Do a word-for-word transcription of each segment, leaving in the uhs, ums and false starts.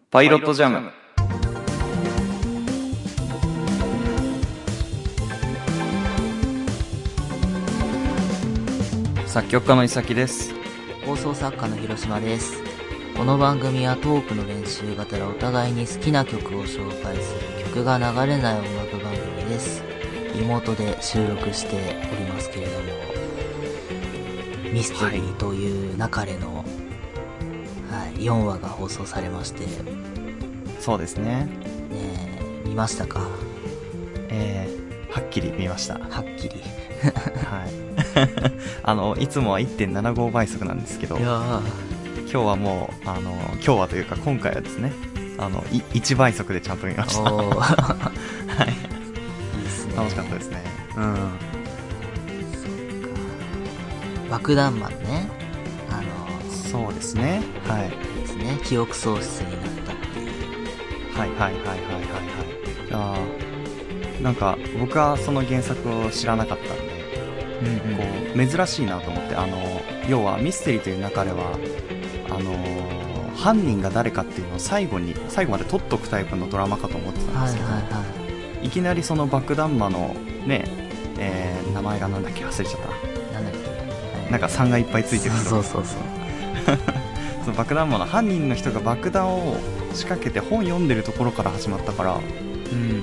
パイロットジャム。作曲家の伊崎です。 放送作家の広島です。この番組はトークの練習がてらお互いに好きな曲を紹介する曲が流れない音楽番組です。リモートで収録しておりますけれども、ミステリーという流れの、はい、よんわが放送されまして、 そうですね。 ねえ、見ましたか？ えー、はっきり見ました。 はっきり。 はい。あの、いつもは いってんななご 倍速なんですけど、 いやー、 今日はもう、あの、今日はというか今回はですね、あの、いいちばい速でちゃんと見ました。 おーはい。 いいですね。 楽しかったですね。うん。 爆弾マンね。あの、 そうですね。はい。 ですね、記憶喪失になったっていう。 はいはいはいはいはいはい。あーなんか僕はその原作を知らなかったんで、 うんうん、 こう珍しいなと思って、あの要はミステリーという中ではあのー、犯人が誰かっていうのを最後に最後まで取っとくタイプのドラマかと思ってたんですけど、 はいはいはい、 いきなりその爆弾魔のね、えー、名前がなんだっけ忘れちゃったなんだっけ、はい、 なんかさんがいっぱいついてる人、 そうそうそうその爆弾魔の犯人の人が爆弾を仕掛けて本読んでるところから始まったから、 うん、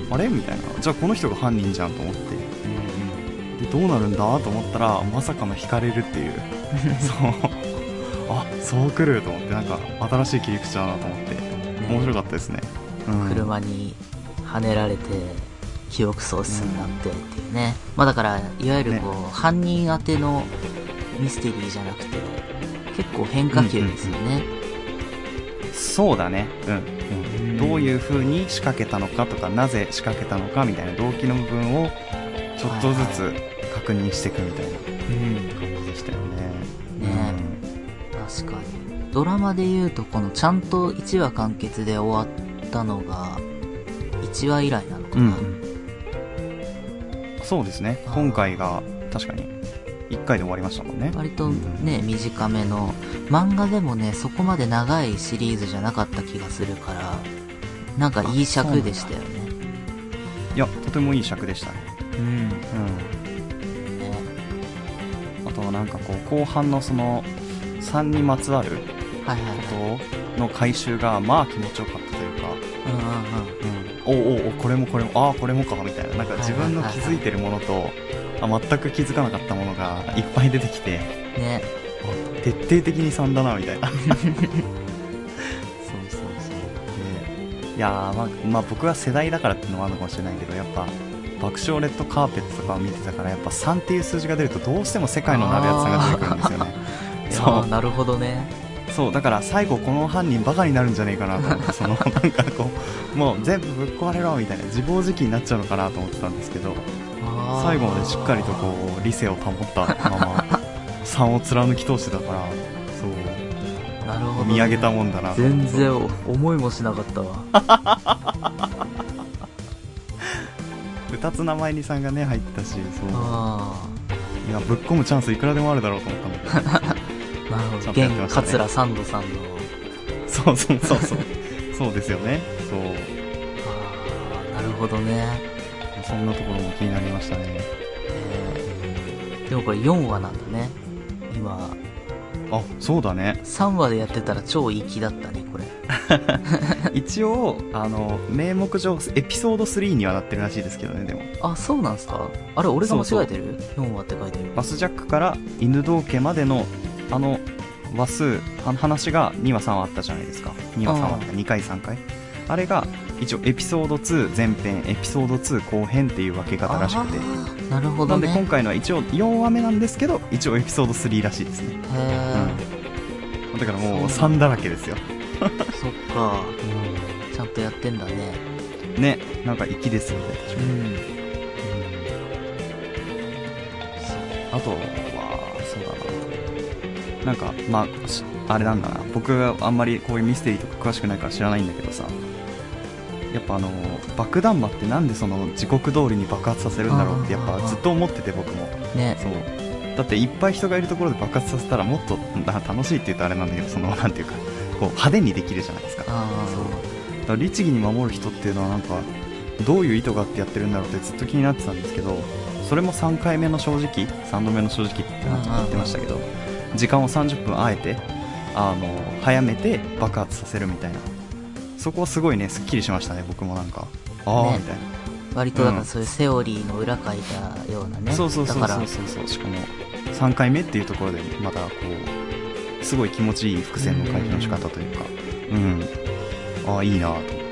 あれみたいな、じゃあこの人が犯人じゃんと思って、うん、でどうなるんだと思ったらまさかの惹かれるっていうそうあ、そう来ると思って、なんか新しい切り口だなと思って、ね、面白かったですね、うん、 車にはねられて記憶喪失になってっていうね、うん、まあだからいわゆるこう、ね、犯人宛てのミステリーじゃなくて結構変化球ですよね、うんうんうん、 そうだね、うん、うん、どういう風に仕掛けたのかとか、なぜ仕掛けたのかみたいな動機の部分をちょっとずつ確認していくみたいな感じでしたよね、 うん、ねえ、うん、確かにドラマでいうとこのちゃんといちわ完結で終わったのがいちわ以来なのかな、うん、 そうですね、今回が確かにいっかいで終わりましたもんね。 割とね、うん、短めの漫画でもねそこまで長いシリーズじゃなかった気がするから、なんかいい尺でしたよね。 いや、とてもいい尺でしたね。うん、うん、ね、あとはなんかこう後半のそのさんにまつわることの回収がまあ気持ちよかったというか、うんうんうん、うん、おおおこれもこれもああこれもかみたいな、なんか自分の気づいてるものと、はいはいはいはい、全く気づかなかったものがいっぱい出てきて、ね、徹底的にさんだなみたいなそうそうそう、ね、いやー、まあ、まあ僕は世代だからっていうのもあるのかもしれないけど、やっぱ爆笑レッドカーペットとかを見てたから、やっぱさんっていう数字が出るとどうしても世界の鍋やつさんが出てくるんですよねそう、なるほどね。 そうだから最後この犯人バカになるんじゃねえかなと思ってそのなんかこうもう全部ぶっ壊れろみたいな自暴自棄になっちゃうのかなと思ってたんですけど、最後までしっかりとこう理性を保ったままさんを貫き通してたから、そう、 なるほど、ね、 見上げたもんだなと。 全然思いもしなかったわ二つ名前にさんがね入ったし、そう、いやぶっ込むチャンスいくらでもあるだろうと思ったんだけどなるほど、現桂三度さんのそうそうそうそうそうですよね。そう、 あ、なるほどね。 そんなところも気になりましたね、 えー、でもこれよんわなんだね今。 あ、そうだね、 さんわでやってたら超粋だったねこれ一応あの名目上エピソードスリーにはなってるらしいですけどね。でもあ、そうなんすか。あれ俺が間違えてる。そうそう、よんわって書いてる。 バスジャックから犬道家までのあの話数話がにわさんわあったじゃないですか。にわさんわってにかいさんかい、あれが一応エピソードツー前編エピソードツー後編っていう分け方らしくて、 なるほどね。 なんで今回のは一応よんわめなんですけど、一応エピソードスリーらしいですね。 へー、うん、だからもうさんだらけですよそっか、うん、ちゃんとやってんだね。 ね、なんか粋ですよね、確かに、うんうん、あとはそうだな、なんかまああれなんだな、僕があんまりこういうミステリーとか詳しくないから知らないんだけどさ、やっぱあの爆弾魔ってなんでその時刻通りに爆発させるんだろうってやっぱずっと思ってて、僕も、ね、そうだっていっぱい人がいるところで爆発させたらもっと楽しいって言うとあれなんだけど、そのなんていうかこう派手にできるじゃないですか。あ、そうから律儀に守る人っていうのはなんかどういう意図があってやってるんだろうってずっと気になってたんですけど、それもさんかいめの正直さんどめの正直って言ってましたけど、時間をさんじゅっぷんあえてあの早めて爆発させるみたいな、そこはすごいねすっきりしましたね。僕もなんかああ、ね、みたいな、 割とだからそういうセオリーの裏書いたようなね、 そうそうそうそうそうそう、しかもさんかいめっていうところでまたこうすごい気持ちいい伏線の回避の仕方というか、うん、うん、ああいいなと思ってね、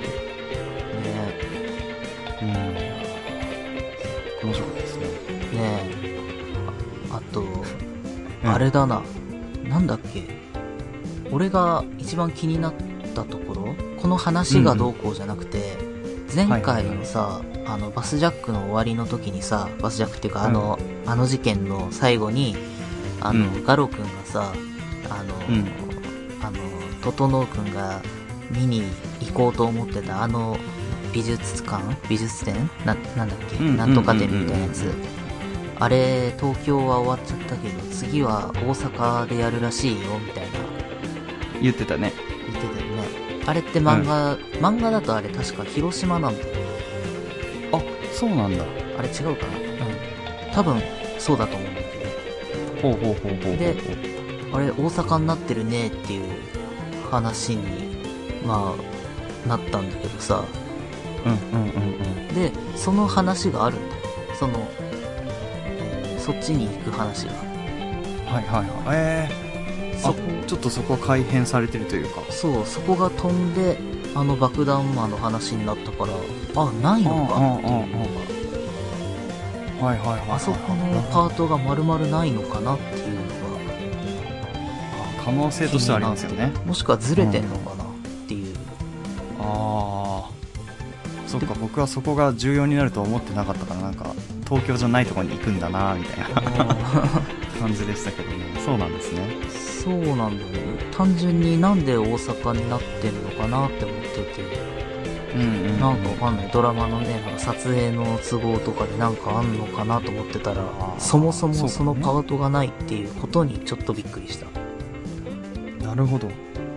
うん、面白かったですね。ねえ、あ, あと、うん、あれだな、なんだっけ、俺が一番気になったところ、この話がどうこうじゃなくて、うん、前回のさ、はいはいはい、あのバスジャックの終わりの時にさ、バスジャックっていうか、うん、あのあの事件の最後にあの、うん、ガロ君がさ、あの、うん、あの整君が見に行こうと思ってたあの美術館美術展 な, なんだっけ、うん、なんとか展みたいなやつ、あれ東京は終わっちゃったけど次は大阪でやるらしいよみたいな言ってたね。 言ってたよね。あれって漫画、うん、漫画だとあれ確か広島なんだよ。 あ、そうなんだ。 あれ違うかな、うん、多分そうだと思うんだけど。ほうほうほうほうほう。 で、あれ大阪になってるねっていう話にまあなったんだけどさ、 うんうんうんうん。 でその話があるんだよ、その、えー、そっちに行く話が。 はいはいはい。えー、そこちょっとそこは改変されてるというか。 そう、そこが飛んであの爆弾魔の話になったから、あ、ないのかっていうのが、 はいはいはいはい、 あそこのパートが丸々ないのかなっていうのが可能性としてはありますよね。 もしくはずれてんのかなっていう、うん、 ああ、そっか、僕はそこが重要になると思ってなかったから、なんか東京じゃないところに行くんだなみたいな感じでしたけどね。そうなんですね。 そうなんだよね。単純になんで大阪になってんのかなって思ってて、うんうんうん、なんかわかんない、ドラマのね、なんか撮影の都合とかでなんかあんのかなと思ってたら、そもそもそのパートがないっていうことにちょっとびっくりした。 なるほど。こ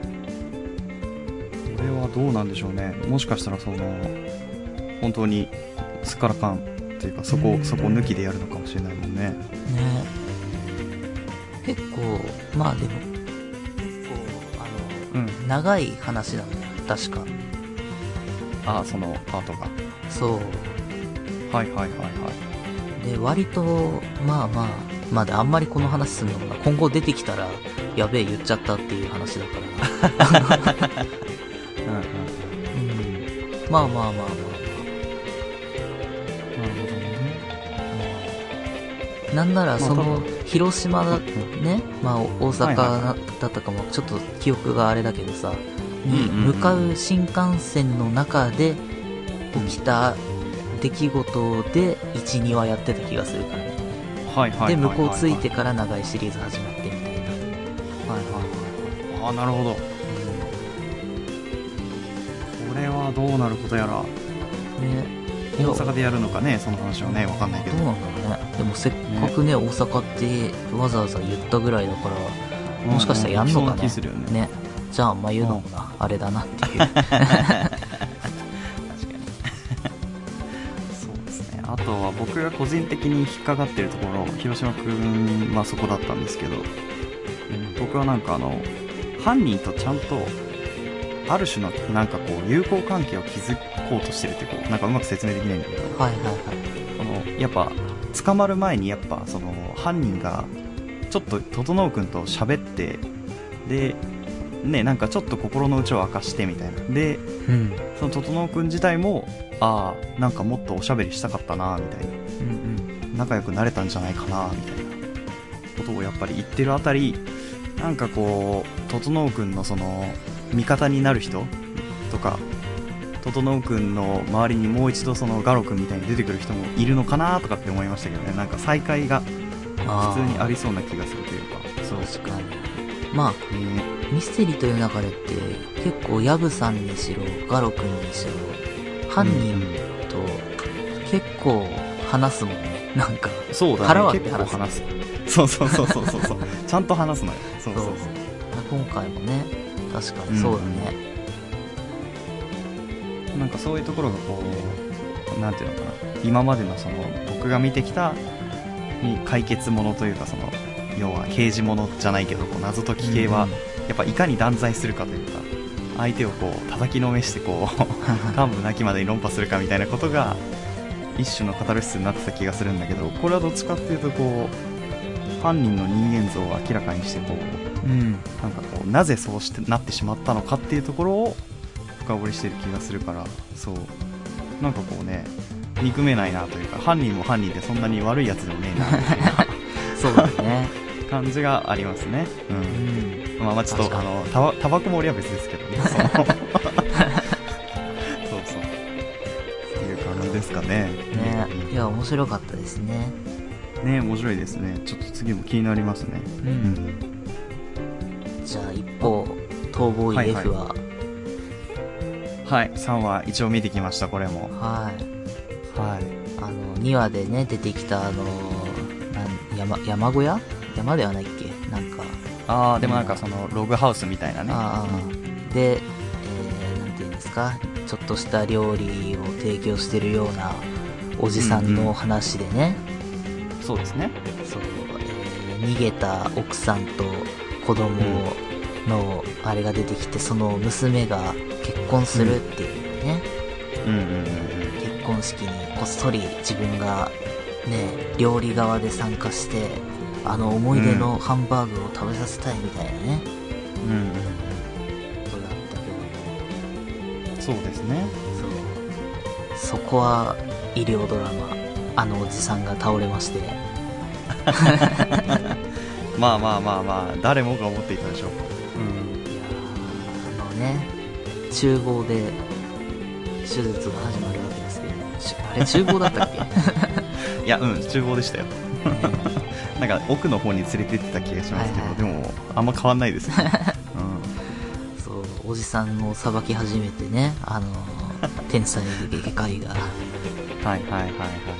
れはどうなんでしょうね。もしかしたらその本当にスカラカンっていうか、そこそこ抜きでやるのかもしれないもんね。ね、 結構まあでも結構あの、うん、長い話なんだよ確か。 ああ、そのパートが。 そう。 はいはいはいはい。 で割とまあまあまあであんまりこの話するのが今後出てきたらやべえ言っちゃったっていう話だからな。うんうん、うん、まあまあまあまあまあ。なるほどね。 なんならその広島だね、まあ大阪だったかもちょっと記憶があれだけどさ、に向かう新幹線の中で起きた出来事でいち、にわやってた気がするからね。 はいはいはいはいはい、 で向こう着いてから長いシリーズ始まってみたいな。はいはいはい。ああ、なるほど。うん、これはどうなることやら。ね。大阪でやるのかね、その話はね、わかんないけど。 どうなんだろうね。でもせっかくね、ね、大阪ってわざわざ言ったぐらいだから、もしかしたらやんのかね。 するよね。 ね。じゃああんま言うのもな、あれだなっていう。確かに。 そうですね。あとは僕が個人的に引っかかってるところ、広島くんはそこだったんですけど、うん、僕はなんかあの犯人とちゃんとある種のなんかこう友好関係を築こうとしてるってこうなんかうまく説明できないんだけど、 はいはいはい。 このやっぱ捕まる前にやっぱその犯人がちょっと整君と喋ってでね、なんかちょっと心の内を明かしてみたいなで、うん、その整君自体もああなんかもっとおしゃべりしたかったなみたいな、うんうん、仲良くなれたんじゃないかなみたいなことをやっぱり言ってるあたり、なんかこう整君のその味方になる人とか整君の周りにもう一度そのガロ君みたいに出てくる人もいるのかなとかって思いましたけどね。なんか再会が普通にありそうな気がするというか。 そう確かに。まあ、えー、ミステリーという流れって結構ヤブさんにしろガロ君にしろ犯人と結構話すもんね。なんかそうだね、 腹割って話す。話すそうそうそうそうそうそうちゃんと話すのよ。そうそうそう。 今回もね確かにそうだね、 なんかそういうところがこうなんていうのかな、今までのその僕が見てきた解決ものというか、その要は刑事ものじゃないけどこう謎解き系はやっぱいかに断罪するかというか、相手をこう叩きのめしてこう幹部なきまでに論破するかみたいなことが一種のカタルシスになってた気がするんだけど、これはどっちかっていうとこう犯人の人間像を明らかにしてこう、うん、なんかこうなぜそうしてなってしまったのかっていうところを深掘りしてる気がするから、そうなんかこうね憎めないなというか、犯人も犯人でそんなに悪いやつでもねえなみたいなそうだね感じがありますね。うん、うん、まあまあちょっとあのタバタバコも俺は別ですけどねそのそうそうっていう感じですかね。 ね、いや面白かったですね。 ね、面白いですね。ちょっと次も気になりますね。うん、うん、 じゃあ一方逃亡医 F は、はいはい、はい、さんわ一応見てきました。これもはいはい、 あのにわでね出てきたあのなん山山小屋山ではないっけ、なんかああでもなんかそのログハウスみたいなね、 ああで、えー、なんていうんですか、ちょっとした料理を提供してるようなおじさんの話でね、 うんうん、そうですね。 そう、えー、逃げた奥さんと子供のあれが出てきて、その娘が結婚するっていうね、 うんうんうんうん、 結婚式にこっそり自分がね料理側で参加してあの思い出のハンバーグを食べさせたいみたいなね、 うんうんうん、 ことだったけど、 そうですね。 そう、そこは医療ドラマ、あのおじさんが倒れましてまあまあまあまあ誰もが思っていたでしょう。 うん、いやあのね厨房で手術が始まるわけですけど、あれ厨房だったっけいやうん厨房でしたよ、なんか奥の方に連れてってた気がしますけど、はいはい、でもあんま変わんないですよね、 うん、そうおじさんをさばき始めてね、あの天才外科医がはいはいはいはい、いや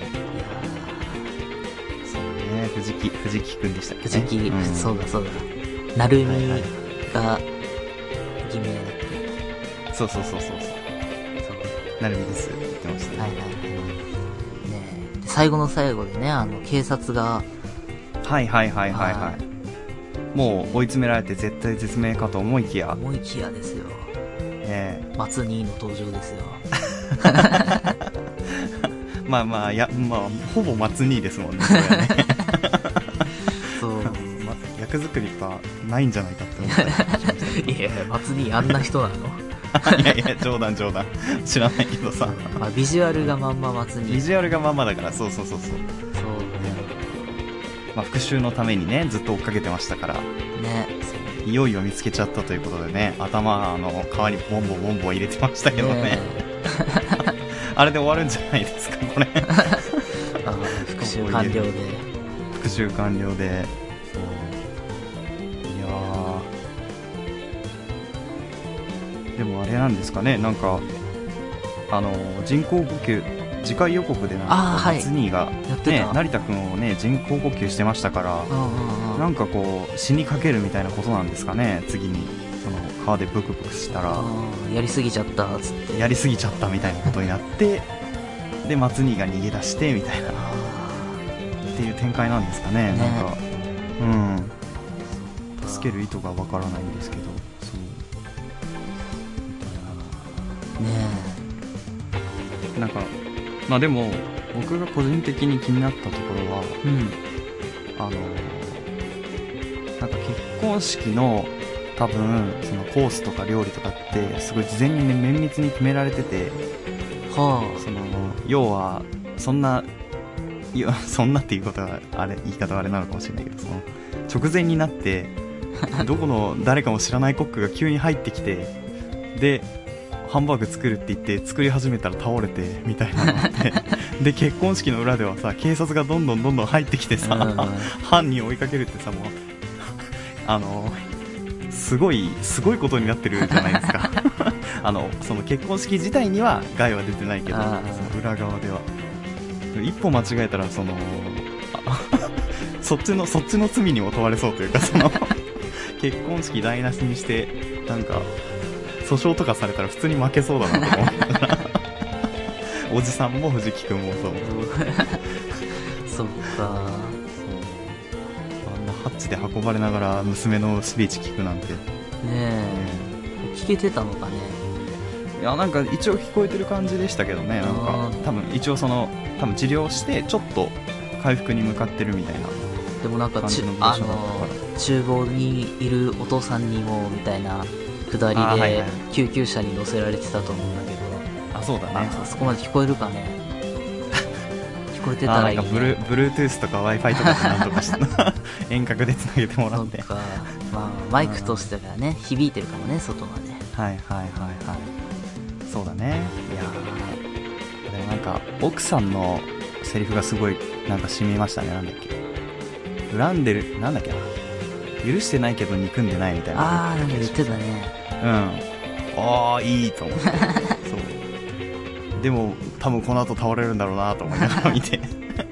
そうね、藤木藤木くんでしたっけね、 藤木、うん、そうだそうだ、成海が偽名だっけ、 そうそうそうそうそう、成海ですって言ってましたね。はいはいはい、ね、 で最後の最後でね、あの警察がはいはいはいはいはい、もう追い詰められて絶対絶命かと思いきや思いきやですよ、 えー、 松兄の登場ですよまあまあやまあほぼ松兄ですもんねこれねそう、ま、役作りかないんじゃないかって思ったりしましたいや松兄あんな人なのいやいや冗談冗談知らないけどさ、 あビジュアルがまんま松兄、 ビジュアルがまんまだから、そうそうそうそうそう、まあ、復讐のためにねずっと追っかけてましたからね、 いよいよ見つけちゃったということでね、頭の皮にボンボンボンボン入れてましたけどね、ねあれで終わるんじゃないですかこれあ復讐完了で復讐完了で、いやーでもあれなんですかね、なんかあの人工呼吸次回予告でなんか松兄が、ね、成田君をね人工呼吸してましたから、なんかこう死にかけるみたいなことなんですかね、次にその川でブクブクしたらやりすぎちゃったっつってやりすぎちゃったみたいなことになってで松兄が逃げ出してみたいなっていう展開なんですかね、ね、なんかうん助ける意図がわからないんですけど、そうねえ、なんかまあでも僕が個人的に気になったところは、うん、あのなんか結婚式の多分そのコースとか料理とかってすごい事前にね綿密に決められてて、はあ、その要はそんないやそんなっていうことはあれ言い方はあれなのかもしれないけど、その直前になってどこの誰かも知らないコックが急に入ってきてでハンバーグ作るって言って作り始めたら倒れてみたいなのがあってで結婚式の裏ではさ警察がどんどんどんどん入ってきてさ、うん、犯人追いかけるってさ、もうあのすごいすごいことになってるじゃないですかあのその結婚式自体には害は出てないけど、その裏側では一歩間違えたらそのそっちのそっちの罪にも問われそうというか、その結婚式台無しにしてなんか訴訟とかされたら普通に負けそうだなと思ったからおじさんも藤木くんもそうそっか。 あんなハッチで運ばれながら娘のスピーチ聞くなんてねえ、聞けてたのかね。 いやなんか一応聞こえてる感じでしたけどね。なんか多分一応その多分治療してちょっと回復に向かってるみたいな。 でもなんかちあの厨房にいるお父さんにもみたいなくだりで、はいはい、救急車に乗せられてたと思うんだけど。 あ、そうだね。 あそこまで聞こえるかね。聞こえてたらいい、ね、 なんかブル Bluetooth とか Wi-Fi とかでなんとかして遠隔でつなげてもらって。 そっか、まあ、マイクとしてはね響いてるかもね、外まで。 はいはいはいはい。そうだね。いやでもなんか奥さんのセリフがすごいなんか染みましたね。なんだっけ、恨んでる、なんだっけな、許してないけど憎んでないみたいな。 ああ、なんか言ってたね。 うん。ああ、いいと思って。そう。でも多分この後倒れるんだろうなと思いながら見て。いや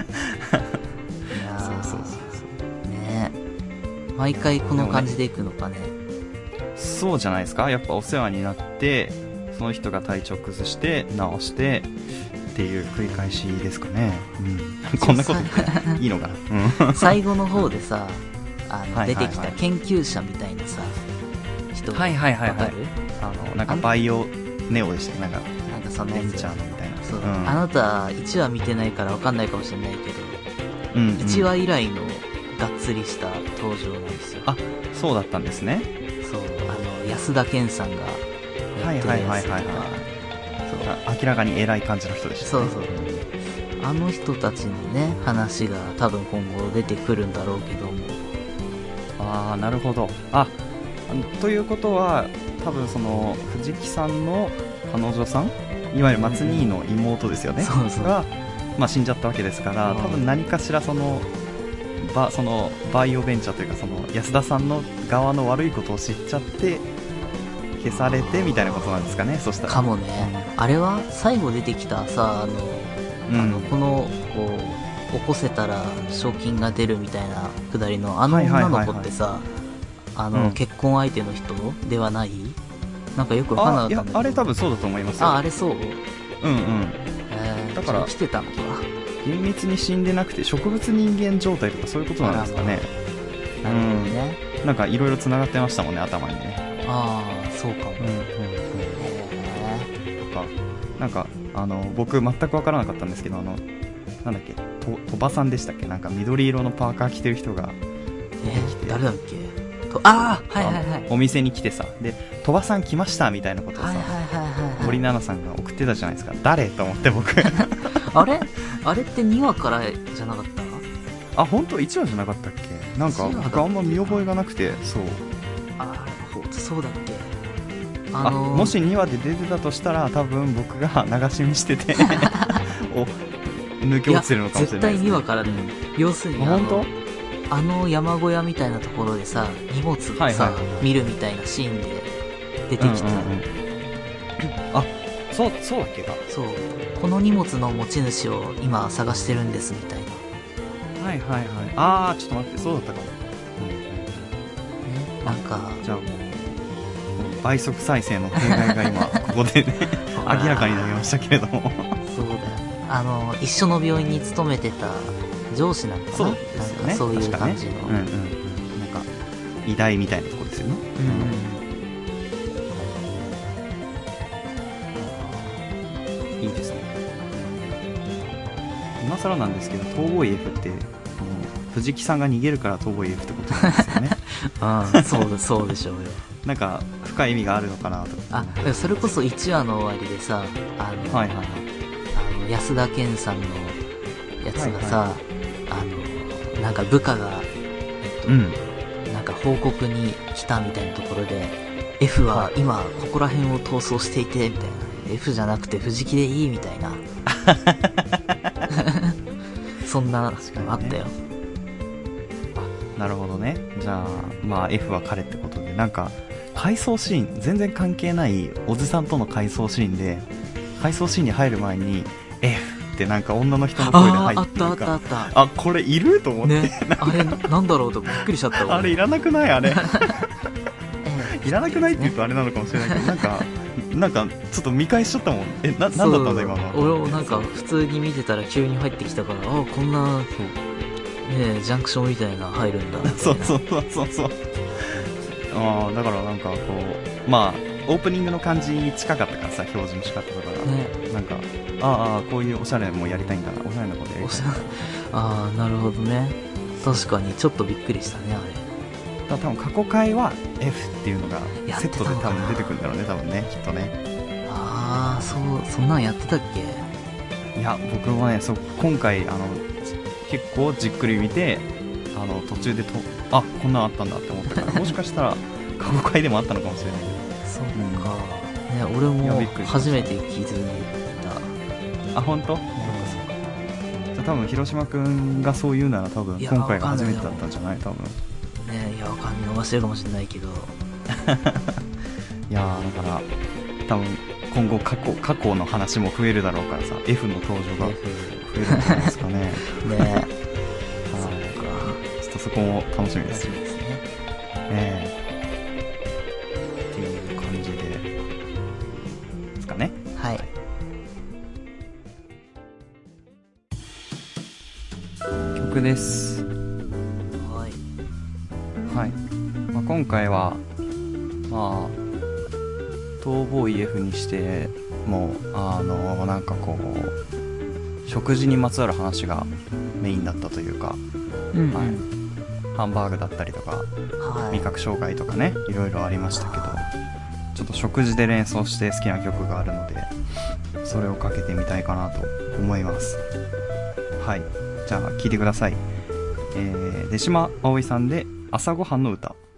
そうそうそうそうね。毎回この感じでいくのかね。 そうじゃないですか。やっぱお世話になってその人が体調崩して治してっていう繰り返しですかね。うん、こんなこと言っていいのかな。うん、 最後の方でさ、あの出てきた研究者みたいなさ人、 はいはいはいはい、あのなんかバイオネオでしたね。なんかなんかそんなやつ。 ベンチャーのみたいな。 そう、うん、あなたいちわ見てないから分かんないかもしれないけど、うんうん、いちわ以来のがっつりした登場なんですよ。 あ、そうだったんですね。 そう、あの安田顕さんがはいはいはいはいはい。そう明らかに偉い感じの人でしたね。 そうそう。あの人たちのね話が多分今後出てくるんだろうけども。 ああ、なるほど。あ、ということは多分その藤木さんの彼女さん、いわゆる松兄の妹ですよね、 そうそうが、まあ、死んじゃったわけですから、多分何かしらそのバ、そのバイオベンチャーというかその安田さんの側の悪いことを知っちゃって消されてみたいなことなんですかね。そしたらかもね。あれは最後出てきたさ、あの、うん、あのこのこう起こせたら賞金が出るみたいなくだりのあの女の子ってさ、あの、うん、結婚相手の人ではない？なんかよくわかんなかったんだけど。 あ、いや、あれ多分そうだと思いますよ。 あ、あれそう？うんうん。 えー、だから来てたのか。 厳密に死んでなくて植物人間状態とかそういうことなんですかね。 なるほどね。 うん、なんかいろいろ繋がってましたもんね、頭にね。 ああ、そうかも。うんうんうん。 とか、なんかあの僕全くわからなかったんですけど、あのなんだっけ、と鳥羽さんでしたっけ、なんか緑色のパーカー着てる人が出てきて、えー、誰だっけ。ああ、はいはいはい。 お店に来てさ、で鳥羽さん来ましたみたいなことをさ、はいはいはいはい、森七菜さんが送ってたじゃないですか。誰と思って僕あれあれってにわからじゃなかった？ あ、本当いちわじゃなかったっけ。なんか僕あんま見覚えがなくて。そう、 あ、そうだっけ。 あのー、あ、もしにわで出てたとしたら多分僕が流し見しててお抜け落ちてるのかもしれないです、ね、 絶対にわからで、ね、要するに本当あの山小屋みたいなところでさ、荷物をさ、はいはいはい、見るみたいなシーンで出てきた、うんうんうん、 あ、そう、そうだっけか。 そう、この荷物の持ち主を今探してるんですみたいな。 はいはいはい。あー、ちょっと待って、そうだったかも、うんね、なんかじゃあもう倍速再生の弊害が今ここでね明らかになりましたけれどもそうだよ、あの一緒の病院に勤めてた上司なんかな、 そうですよね、 なんかそういう感じの、 ね、うんうんうん、なんか医大みたいなところですよね。うん、うん、いいですね。今更なんですけど、逃亡 F って藤木さんが逃げるから逃亡 F ってことなんですよね。 ああ、そうそうでしょうよ。 なんか深い意味があるのかなとか。 あ、それこそいちわの終わりでさ、あの、はいはいはい、あの安田顕さんのやつがさ、はいはい、あのなんか部下が、えっと、うん、なんか報告に来たみたいなところで F は今ここら辺を逃走していてみたいな、 F じゃなくて藤木でいいみたいなそんなのあったよ、ね、 あ、なるほどね。じゃあまあ F は彼ってことで、なんか回想シーン全然関係ないおじさんとの回想シーンで、回想シーンに入る前に Fってなんか女の人の声で入ってるか、あったあったあった、 あ、これいると思って、 ね、あれなんだろうとびっくりしちゃったあれいらなくないあれいらなくないって言うとあれなのかもしれないけど、なんかなんかちょっと見返しちゃったもん。え、な、なんだったんだ今の。 俺もなんか普通に見てたら急に入ってきたから、あ、こんなねえジャンクションみたいな入るんだみたいな。 そうそうそうそうそう。ああ、だからなんかこう、まあオープニングの感じに近かったからさ、表示の仕方とかが、ね、なんかああこういうおしゃれもやりたいんだな、おしゃれなことやりたいんだな。 ああ、なるほどね。確かにちょっとびっくりしたね、あれ。 多分過去回は F っていうのがセットで多分出てくるんだろうね、多分ね、きっとね。 ああ、そう、そんなんやってたっけ。 いや僕もね、そ今回あの結構じっくり見て、あの途中でとあこんなんあったんだって思ったからもしかしたら過去回でもあったのかもしれないけど。 そうか、うん、ね、俺も初めて聞いてた。 あ、本当？うん、じゃあ多分広島くんがそう言うなら多分今回が初めてだったんじゃない？多分ね。いや、わかんない、逃してるかもしれないけどいやー、だから多分今後過去過去の話も増えるだろうからさ、 F の登場が増えるんじゃないですかね。ねえ、はい、ちょっとそこも楽しみです。楽しみですね。えー、っていう感じでですかね。 はい。 曲です。 はい。 はい。まあ、今回はまあ逃亡医 F にしてもうあのなんかこう食事にまつわる話がメインだったというか、うんうん、はい、ハンバーグだったりとか、はい、味覚障害とかね、いろいろありましたけど、ちょっと食事で連想して好きな曲があるのでそれをかけてみたいかなと思います。はい、じゃあ聴いてください。えー、出島葵さんで朝ごはんの歌。